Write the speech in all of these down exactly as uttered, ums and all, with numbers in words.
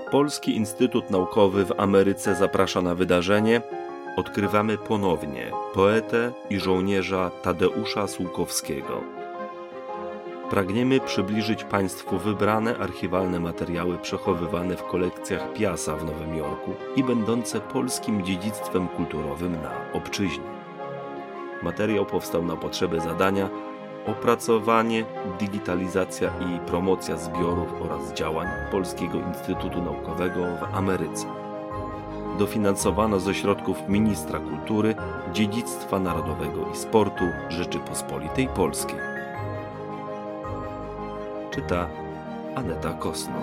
Polski Instytut Naukowy w Ameryce zaprasza na wydarzenie Odkrywamy ponownie poetę i żołnierza Tadeusza Sułkowskiego. Pragniemy przybliżyć Państwu wybrane archiwalne materiały przechowywane w kolekcjach Piasa w Nowym Jorku i będące polskim dziedzictwem kulturowym na obczyźnie. Materiał powstał na potrzeby zadania opracowanie, digitalizacja i promocja zbiorów oraz działań Polskiego Instytutu Naukowego w Ameryce. Dofinansowano ze środków Ministra Kultury, Dziedzictwa Narodowego i Sportu Rzeczypospolitej Polskiej. Czyta Aneta Kosno.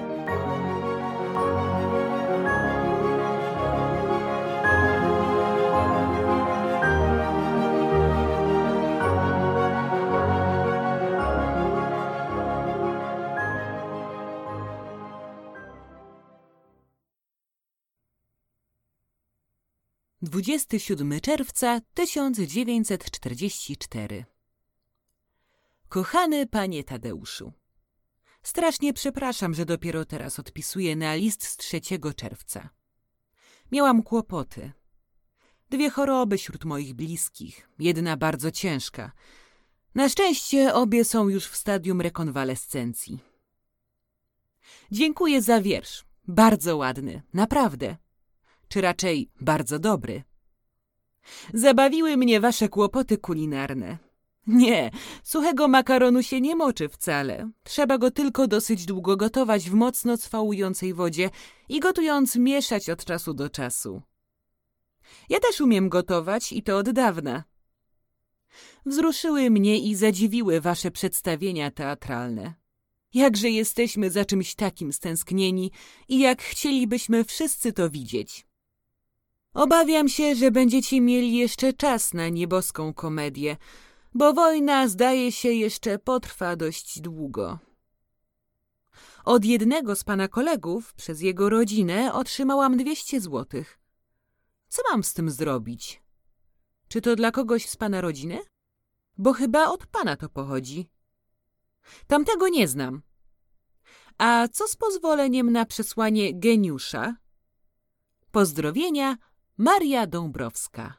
dwudziestego siódmego czerwca tysiąc dziewięćset czterdziestego czwartego. Kochany panie Tadeuszu, strasznie przepraszam, że dopiero teraz odpisuję na list z trzeciego czerwca. Miałam kłopoty. Dwie choroby wśród moich bliskich, jedna bardzo ciężka. Na szczęście obie są już w stadium rekonwalescencji. Dziękuję za wiersz. Bardzo ładny, naprawdę. Czy raczej bardzo dobry. Zabawiły mnie wasze kłopoty kulinarne. Nie, suchego makaronu się nie moczy wcale. Trzeba go tylko dosyć długo gotować w mocno cwałującej wodzie i gotując mieszać od czasu do czasu. Ja też umiem gotować i to od dawna. Wzruszyły mnie i zadziwiły wasze przedstawienia teatralne. Jakże jesteśmy za czymś takim stęsknieni i jak chcielibyśmy wszyscy to widzieć. Obawiam się, że będziecie mieli jeszcze czas na nieboską komedię, bo wojna, zdaje się, jeszcze potrwa dość długo. Od jednego z pana kolegów przez jego rodzinę otrzymałam dwieście złotych. Co mam z tym zrobić? Czy to dla kogoś z pana rodziny? Bo chyba od pana to pochodzi. Tamtego nie znam. A co z pozwoleniem na przesłanie geniusza? Pozdrowienia, Maria Dąbrowska.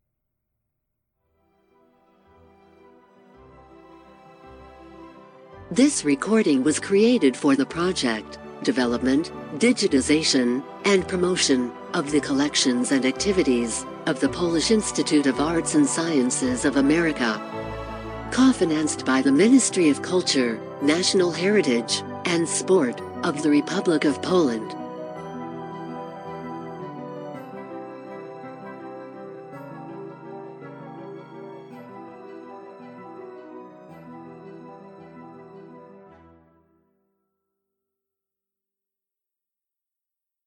This recording was created for the project, development, digitization, and promotion of the collections and activities of the Polish Institute of Arts and Sciences of America, co-financed by the Ministry of Culture, National Heritage, and Sport of the Republic of Poland.